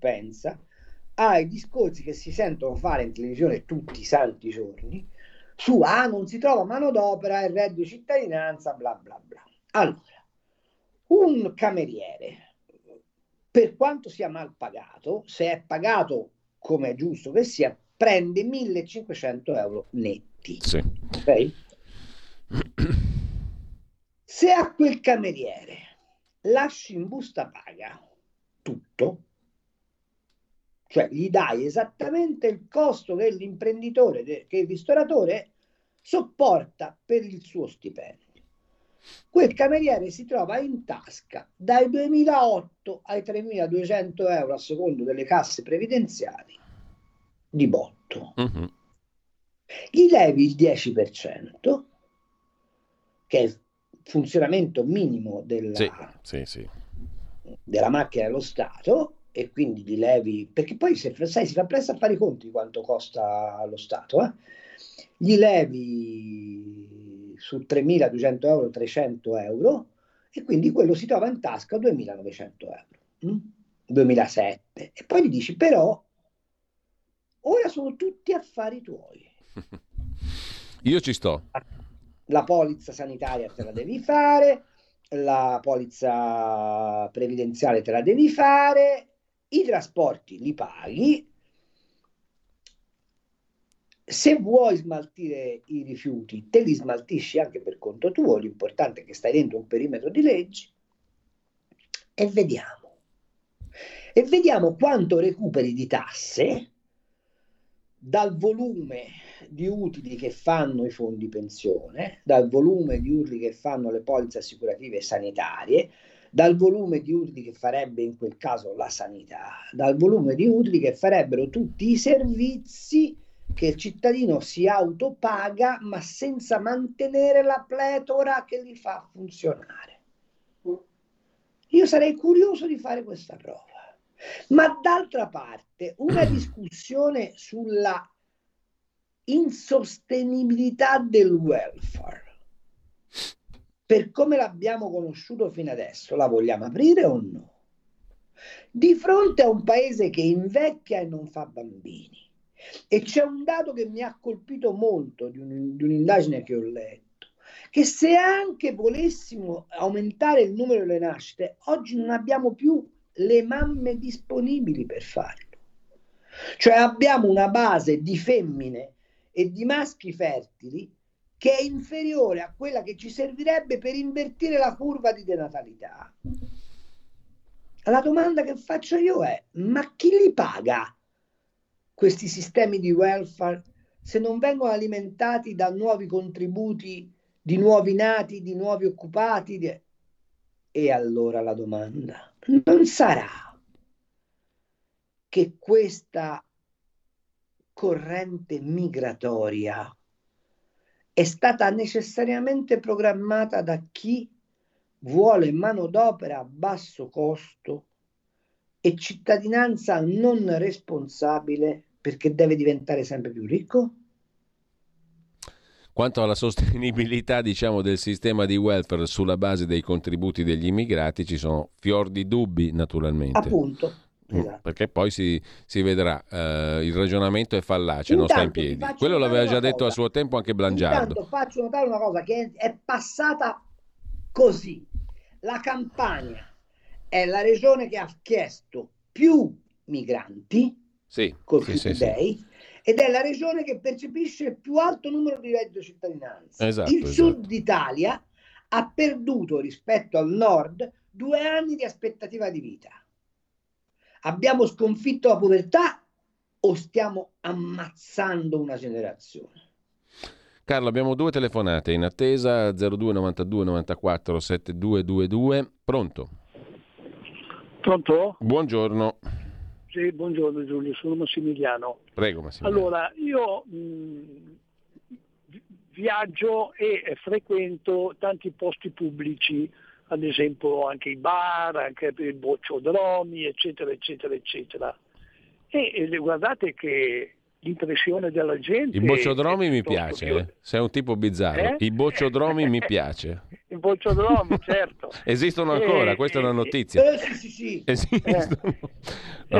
ai discorsi che si sentono fare in televisione tutti i santi giorni su non si trova manodopera, il reddito di cittadinanza, bla bla bla. Allora, un cameriere, per quanto sia mal pagato, se è pagato come è giusto che sia, prende 1.500 euro netti. Sì. Ok? Se a quel cameriere lasci in busta paga tutto, cioè gli dai esattamente il costo che l'imprenditore, che il ristoratore sopporta per il suo stipendio, quel cameriere si trova in tasca dai 2.800 ai 3.200 euro a secondo delle casse previdenziali di botto. Uh-huh. Gli levi il 10%, che è il funzionamento minimo della macchina dello Stato, e quindi gli levi, perché poi si fa presto a fare i conti di quanto costa lo Stato, gli levi su 3.200 euro 300 euro, e quindi quello si trova in tasca 2.900 euro, 2007, e poi gli dici però ora sono tutti affari tuoi. Io ci sto. La polizza sanitaria te la devi fare, la polizza previdenziale te la devi fare, i trasporti li paghi, se vuoi smaltire i rifiuti te li smaltisci anche per conto tuo, l'importante è che stai dentro un perimetro di leggi, e vediamo quanto recuperi di tasse dal volume di utili che fanno i fondi pensione, dal volume di utili che fanno le polizze assicurative e sanitarie, dal volume di utili che farebbe in quel caso la sanità, dal volume di utili che farebbero tutti i servizi che il cittadino si autopaga ma senza mantenere la pletora che li fa funzionare. Io sarei curioso di fare questa prova. Ma d'altra parte una discussione sulla insostenibilità del welfare, per come l'abbiamo conosciuto fino adesso, la vogliamo aprire o no? Di fronte a un paese che invecchia e non fa bambini, e c'è un dato che mi ha colpito molto di un'indagine che ho letto, che se anche volessimo aumentare il numero delle nascite, oggi non abbiamo più le mamme disponibili per farlo. Cioè abbiamo una base di femmine e di maschi fertili che è inferiore a quella che ci servirebbe per invertire la curva di denatalità. La domanda che faccio io è: ma chi li paga questi sistemi di welfare se non vengono alimentati da nuovi contributi di nuovi nati, di nuovi occupati? E allora la domanda: non sarà che questa corrente migratoria è stata necessariamente programmata da chi vuole manodopera a basso costo e cittadinanza non responsabile perché deve diventare sempre più ricco? Quanto alla sostenibilità, diciamo, del sistema di welfare sulla base dei contributi degli immigrati ci sono fior di dubbi, naturalmente. Appunto. Esatto. Perché poi si vedrà, il ragionamento è fallace, non sta in piedi. Quello l'aveva già detto a suo tempo anche Blangiardo. Intanto faccio notare una cosa che è passata così. La Campania è la regione che ha chiesto più migranti, col Day, ed è la regione che percepisce il più alto numero di reddito di cittadinanza. Il Sud Italia ha perduto rispetto al Nord 2 anni di aspettativa di vita. Abbiamo sconfitto la povertà o stiamo ammazzando una generazione? Carlo, abbiamo 2 telefonate in attesa, 02 92 94 7222. Pronto? Pronto? Buongiorno. Sì, buongiorno Giulio, sono Massimiliano. Prego Massimiliano. Allora, io viaggio e frequento tanti posti pubblici, ad esempio anche i bar, anche i bocciodromi, eccetera, eccetera, eccetera. E guardate che l'impressione della gente... I bocciodromi mi piace, sei un tipo bizzarro. I bocciodromi mi piace. I bocciodromi, certo. Esistono ancora, questa è una notizia. Sì. Esistono. E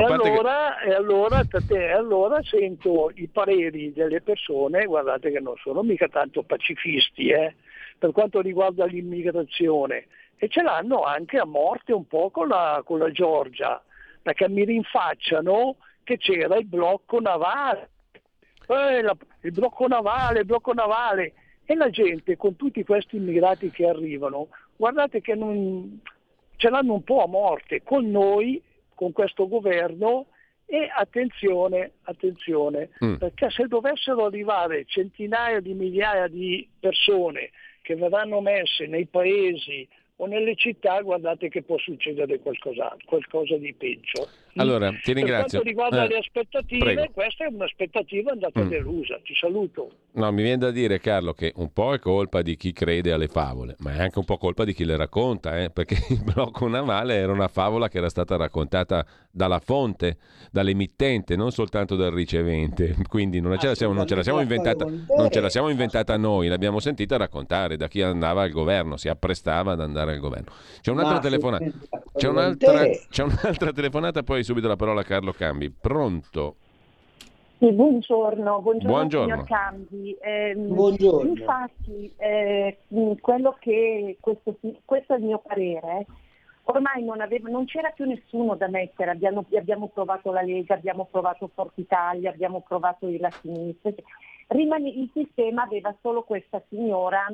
allora sento i pareri delle persone, guardate che non sono mica tanto pacifisti, per quanto riguarda l'immigrazione, e ce l'hanno anche a morte un po' con la Georgia, perché mi rinfacciano che c'era il blocco navale. Il blocco navale, e la gente con tutti questi immigrati che arrivano, guardate che ce l'hanno un po' a morte con noi, con questo governo. E attenzione, perché se dovessero arrivare centinaia di migliaia di persone che verranno messe nei paesi o nelle città, guardate che può succedere qualcosa di peggio. Allora, ti ringrazio. Per quanto riguarda le aspettative, prego. Questa è un'aspettativa andata delusa. Ti saluto. No, mi viene da dire, Carlo, che un po' è colpa di chi crede alle favole, ma è anche un po' colpa di chi le racconta, perché il blocco navale era una favola che era stata raccontata dalla fonte, dall'emittente, non soltanto dal ricevente. Quindi non ce la siamo inventata noi, l'abbiamo sentita raccontare da chi andava al governo, si apprestava ad andare al governo. C'è un'altra telefonata. C'è un'altra telefonata, poi subito la parola a Carlo Cambi. Pronto? Sì, buongiorno signor Cambi. Buongiorno. Infatti, quello che questo è il mio parere. Ormai non c'era più nessuno da mettere, abbiamo provato la Lega, abbiamo provato Forza Italia, abbiamo provato la sinistra. Il sistema aveva solo questa signora,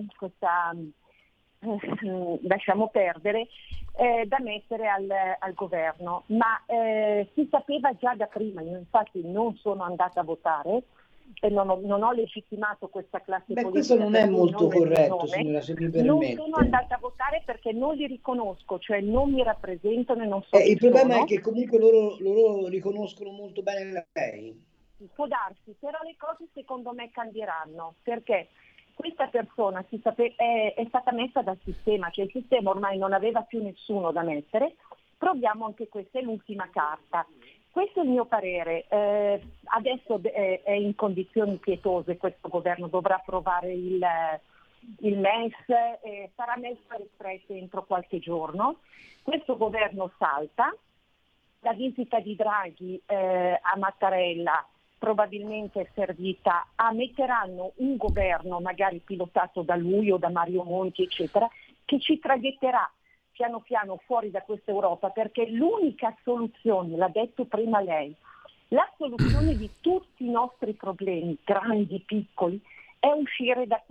lasciamo perdere, da mettere al governo, ma si sapeva già da prima. Io infatti non sono andata a votare e non ho legittimato questa classe politica. Questo non è molto corretto, signora, se mi permette. Non sono andata a votare perché non li riconosco, cioè non mi rappresentano e non so il problema è che comunque loro riconoscono molto bene lei. Può darsi, però le cose secondo me cambieranno, perché questa persona è stata messa dal sistema, cioè il sistema ormai non aveva più nessuno da mettere. Proviamo anche questa, è l'ultima carta. Questo è il mio parere. Adesso è in condizioni pietose, questo governo dovrà approvare il MES, sarà messo alle strette entro qualche giorno. Questo governo salta, la visita di Draghi a Mattarella probabilmente è servita metteranno un governo magari pilotato da lui o da Mario Monti eccetera, che ci traghetterà piano piano fuori da questa Europa, perché l'unica soluzione, l'ha detto prima lei, La soluzione di tutti i nostri problemi, grandi, piccoli, è uscire da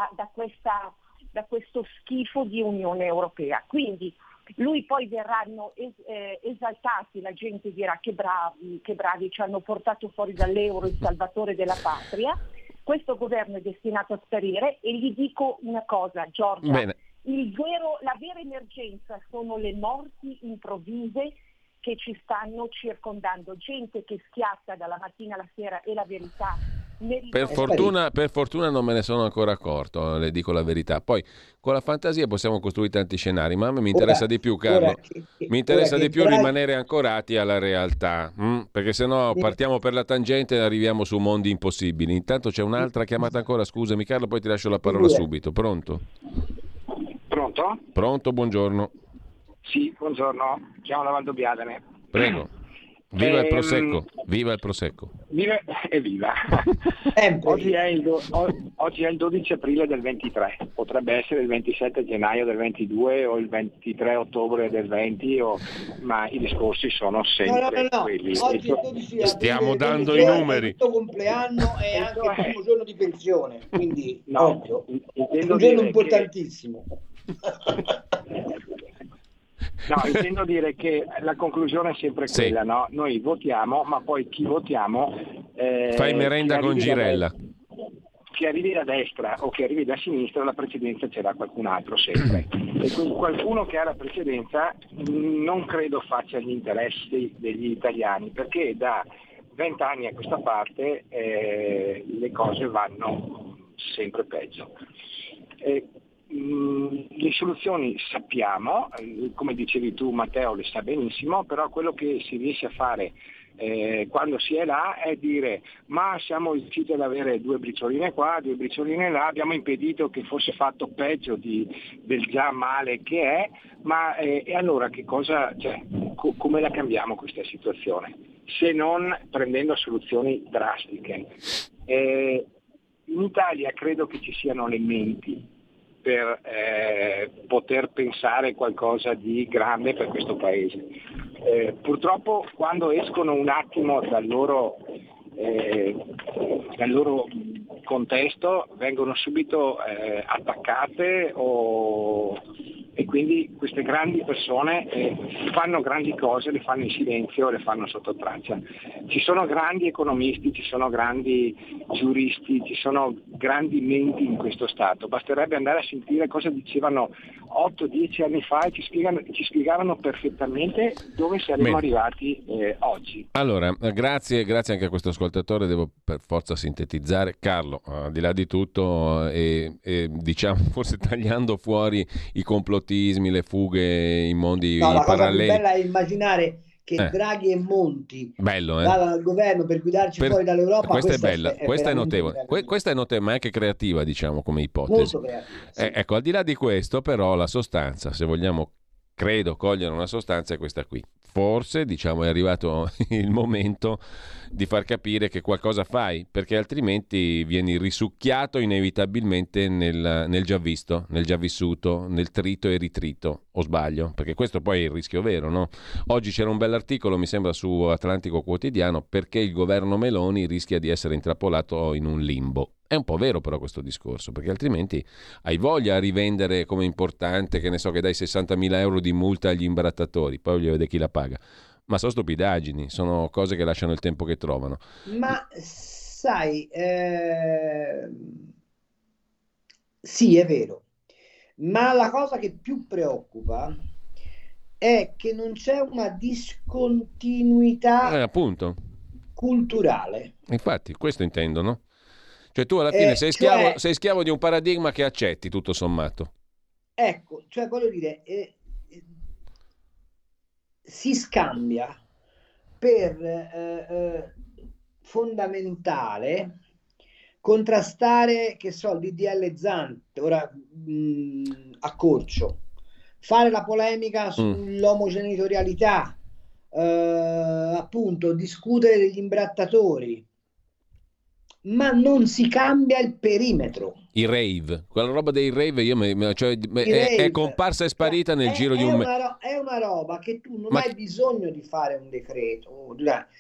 questo schifo di Unione Europea. Quindi poi verranno esaltati, la gente dirà che bravi, ci hanno portato fuori dall'euro, il salvatore della patria. Questo governo è destinato a sparire e gli dico una cosa, Giorgia, Bene. la vera emergenza sono le morti improvvise che ci stanno circondando, gente che schiatta dalla mattina alla sera, e la verità per fortuna non me ne sono ancora accorto, le dico la verità. Poi con la fantasia possiamo costruire tanti scenari, ma a me mi interessa di più, Carlo, mi interessa di più rimanere ancorati alla realtà, perché sennò partiamo per la tangente e arriviamo su mondi impossibili. Intanto c'è un'altra chiamata ancora, scusami Carlo, poi ti lascio la parola subito. Pronto? Pronto, buongiorno. Sì, buongiorno, chiamo da Valdobbiadene. Prego. Viva il Prosecco, viva il Prosecco. Viva e viva. Oggi è il 12 aprile del 23, potrebbe essere il 27 gennaio del 22 o il 23 ottobre del 20, ma i discorsi sono sempre quelli. Oggi stiamo dando i numeri. È il tuo compleanno e anche il primo giorno di pensione, quindi ovvio, è un giorno importantissimo. No, intendo dire che la conclusione è sempre quella, no? Noi votiamo, ma poi chi votiamo... fai merenda con Girella. Che arrivi da destra o che arrivi da sinistra, la precedenza ce l'ha qualcun altro sempre. E quindi qualcuno che ha la precedenza non credo faccia gli interessi degli italiani, perché da 20 anni a questa parte le cose vanno sempre peggio. Le soluzioni sappiamo, come dicevi tu Matteo le sa benissimo, però quello che si riesce a fare quando si è là è dire: ma siamo riusciti ad avere 2 bricioline qua, 2 bricioline là, abbiamo impedito che fosse fatto peggio del già male che è, ma e allora che cosa, come la cambiamo questa situazione? Se non prendendo soluzioni drastiche. In Italia credo che ci siano le menti per poter pensare qualcosa di grande per questo paese. Purtroppo quando escono un attimo dal loro contesto vengono subito attaccate e quindi queste grandi persone fanno grandi cose, le fanno in silenzio, le fanno sotto traccia. Ci sono grandi economisti, ci sono grandi giuristi, ci sono grandi menti in questo Stato. Basterebbe andare a sentire cosa dicevano 8-10 anni fa e ci spiegavano perfettamente dove saremmo arrivati oggi. Allora, grazie anche a questo ascoltatore, devo per forza sintetizzare. Carlo, al di là di tutto, diciamo forse tagliando fuori i complottismi, le fughe in mondi paralleli. La cosa più bella è immaginare che Draghi e Monti vadano al governo per guidarci fuori dall'Europa. Questa è bella, questa è notevole. Questa è notevole, ma anche creativa, diciamo, come ipotesi. Molto creativa, sì. Ecco, al di là di questo, però, la sostanza, se vogliamo, credo, cogliere una sostanza, è questa qui. Forse, diciamo, è arrivato il momento di far capire che qualcosa fai, perché altrimenti vieni risucchiato inevitabilmente nel già visto, nel già vissuto, nel trito e ritrito, o sbaglio? Perché questo poi è il rischio vero, no? Oggi c'era un bell'articolo, mi sembra, su Atlantico Quotidiano, perché il governo Meloni rischia di essere intrappolato in un limbo. È un po' vero però questo discorso, perché altrimenti hai voglia a rivendere come importante, che ne so, che dai 60.000 euro di multa agli imbrattatori, poi voglio vedere chi la paga. Ma sono stupidaggini, sono cose che lasciano il tempo che trovano. Ma sai, sì, è vero, ma la cosa che più preoccupa è che non c'è una discontinuità appunto culturale. Infatti, questo intendo, no? Cioè tu alla fine sei schiavo di un paradigma che accetti, tutto sommato. Ecco, cioè voglio dire, si scambia per fondamentale contrastare, che so, il DDL Zan, ora accorcio, fare la polemica sull'omogenitorialità, appunto discutere degli imbrattatori, ma non si cambia il perimetro. I rave, quella roba dei rave, è comparsa e sparita nel giro di un mese. È una roba che tu non hai bisogno di fare un decreto.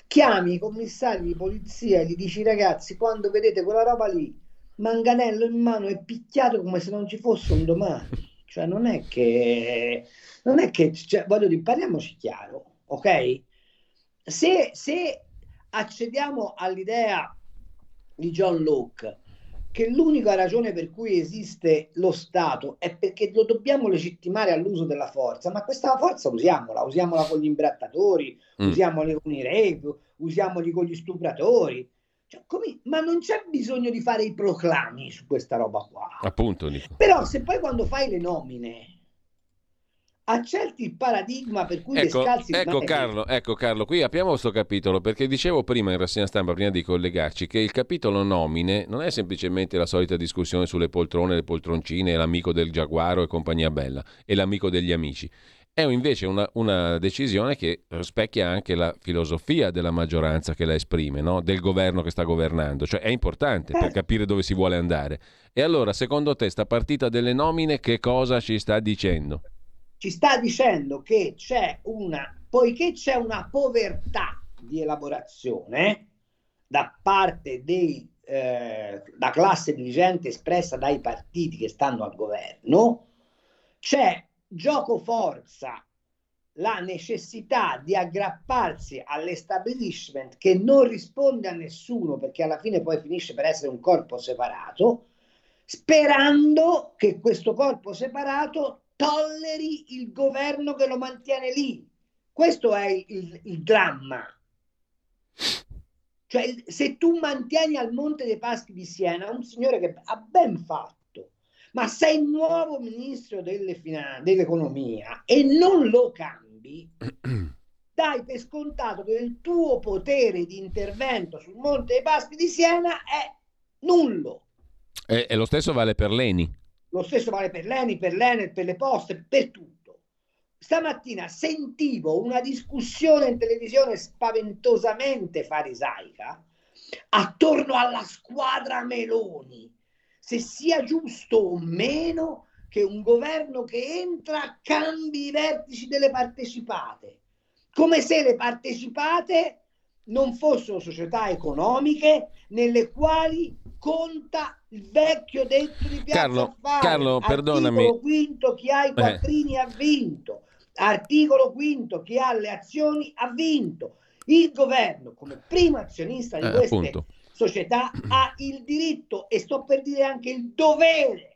chiami i commissari di polizia e gli dici: ragazzi, quando vedete quella roba lì, manganello in mano e picchiato come se non ci fosse un domani. Cioè non è che cioè, voglio dire, parliamoci chiaro, ok? Se accediamo all'idea di John Locke che l'unica ragione per cui esiste lo Stato è perché lo dobbiamo legittimare all'uso della forza, ma questa forza usiamola con gli imbrattatori, usiamola con i rave, usiamoli con gli stupratori. Cioè, ma non c'è bisogno di fare i proclami su questa roba qua. Appunto, dico. Però se poi quando fai le nomine accetti il paradigma per cui descalzi ecco Carlo, qui apriamo questo capitolo, perché dicevo prima in rassegna stampa, prima di collegarci, che il capitolo nomine non è semplicemente la solita discussione sulle poltrone, le poltroncine, l'amico del giaguaro e compagnia bella e l'amico degli amici. È invece una decisione che rispecchia anche la filosofia della maggioranza che la esprime, no? Del governo che sta governando, cioè è importante per capire dove si vuole andare. E allora, secondo te, sta partita delle nomine che cosa ci sta dicendo? Ci sta dicendo che poiché c'è una povertà di elaborazione da parte da classe dirigente espressa dai partiti che stanno al governo, c'è gioco forza la necessità di aggrapparsi all'establishment che non risponde a nessuno, perché alla fine poi finisce per essere un corpo separato, sperando che questo corpo separato tolleri il governo che lo mantiene lì. Questo è il dramma. Cioè, se tu mantieni al Monte dei Paschi di Siena un signore che ha ben fatto, ma sei il nuovo ministro dell'economia e non lo cambi, dai per scontato che il tuo potere di intervento sul Monte dei Paschi di Siena è nullo. E lo stesso vale per l'ENI. Lo stesso vale per l'ENI, per l'ENEL, per le poste, per tutto. Stamattina sentivo una discussione in televisione spaventosamente farisaica attorno alla squadra Meloni, se sia giusto o meno che un governo che entra cambi i vertici delle partecipate, come se le partecipate non fossero società economiche nelle quali conta il vecchio detto di Piazza Affari. Carlo, perdonami. Articolo quinto, chi ha i quattrini ha vinto. Articolo quinto, chi ha le azioni ha vinto. Il governo, come primo azionista di queste società, ha il diritto e sto per dire anche il dovere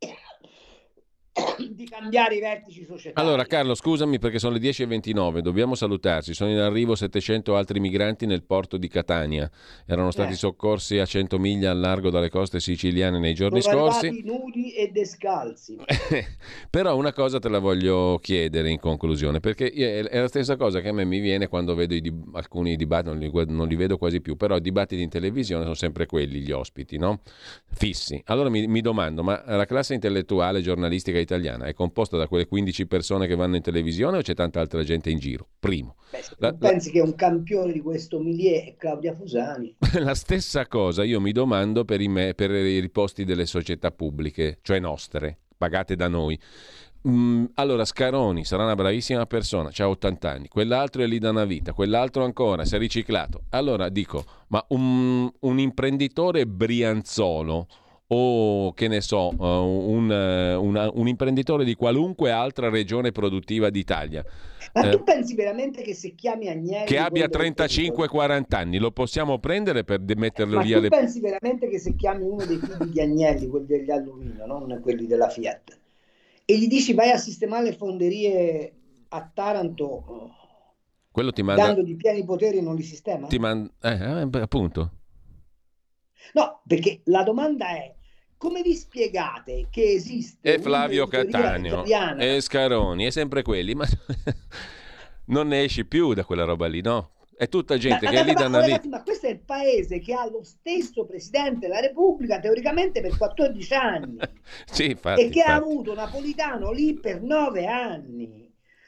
di cambiare i vertici societari. Allora Carlo, scusami perché sono le 10:29, dobbiamo salutarci. Sono in arrivo 700 altri migranti nel porto di Catania, erano stati soccorsi a 100 miglia al largo dalle coste siciliane nei giorni scorsi. Arrivati nudi e descalzi. Però una cosa te la voglio chiedere in conclusione, perché è la stessa cosa che a me mi viene quando vedo alcuni dibattiti, non li vedo quasi più, però i dibattiti in televisione sono sempre quelli, gli ospiti, no? Fissi. Allora mi domando, ma la classe intellettuale giornalistica italiana è composta da quelle 15 persone che vanno in televisione o c'è tanta altra gente in giro? Primo. Pensi che un campione di questo milieu è Claudia Fusani? La stessa cosa io mi domando per i posti delle società pubbliche, cioè nostre, pagate da noi. Allora Scaroni sarà una bravissima persona, c'ha 80 anni, quell'altro è lì da una vita, quell'altro ancora si è riciclato. Allora dico, ma un imprenditore brianzolo o che ne so, un imprenditore di qualunque altra regione produttiva d'Italia. Ma tu pensi veramente che se chiami Agnelli, che abbia 35-40 anni, lo possiamo prendere per metterlo lì alle... Ma tu pensi veramente che se chiami uno dei figli di Agnelli, quelli degli Alluminio, non quelli della Fiat, e gli dici vai a sistemare le fonderie a Taranto, quello ti manda... dandogli pieni poteri, non li sistema? Ti manda... appunto. No, perché la domanda è: come vi spiegate che esiste Flavio Cattaneo e Scaroni, è sempre quelli, ma non ne esci più da quella roba lì, no? È tutta gente che è lì da una vita. Ma questo è il paese che ha lo stesso Presidente della Repubblica teoricamente per 14 anni sì, infatti, e che ha avuto Napolitano lì per 9 anni.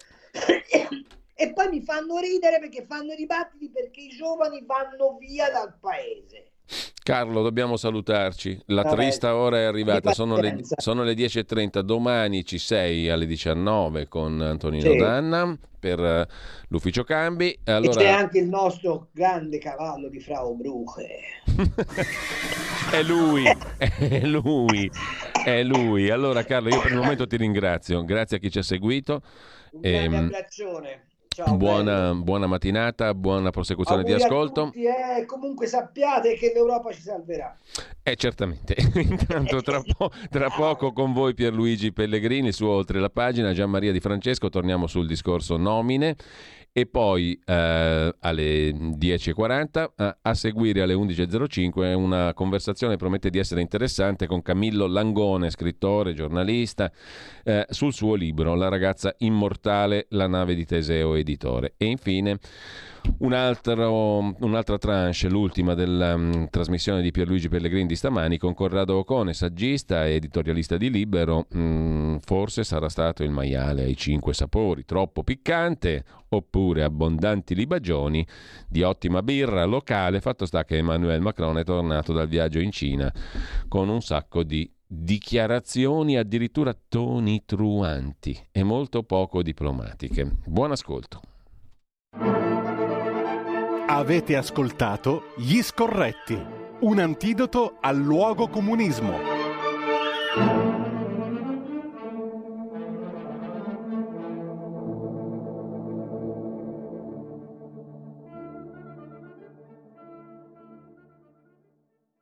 E poi mi fanno ridere perché fanno i dibattiti perché i giovani vanno via dal paese. Carlo, dobbiamo salutarci. La trista ora è arrivata, sono le 10.30. Domani ci sei alle 19 con Antonino Danna per l'ufficio cambi. Allora... E c'è anche il nostro grande cavallo di Frau Bruche. È lui. Allora Carlo, io per il momento ti ringrazio. Grazie a chi ci ha seguito. Un grande abbraccione. Ciao, buona mattinata, buona prosecuzione di ascolto. Comunque sappiate che l'Europa ci salverà. Certamente. Intanto tra poco con voi Pierluigi Pellegrini, su Oltre la Pagina, Gianmaria Di Francesco, torniamo sul discorso nomine. E poi alle 10.40 a seguire alle 11.05 una conversazione promette di essere interessante con Camillo Langone, scrittore, giornalista, sul suo libro La ragazza immortale, la nave di Teseo, editore. E infine un'altra tranche, l'ultima della trasmissione di Pierluigi Pellegrini di stamani, con Corrado Ocone, saggista e editorialista di Libero. Forse sarà stato il maiale ai 5 sapori, troppo piccante, oppure abbondanti libagioni di ottima birra locale. Fatto sta che Emmanuel Macron è tornato dal viaggio in Cina con un sacco di dichiarazioni addirittura tonitruanti e molto poco diplomatiche. Buon ascolto. Avete ascoltato Gli Scorretti, un antidoto al luogo comunismo.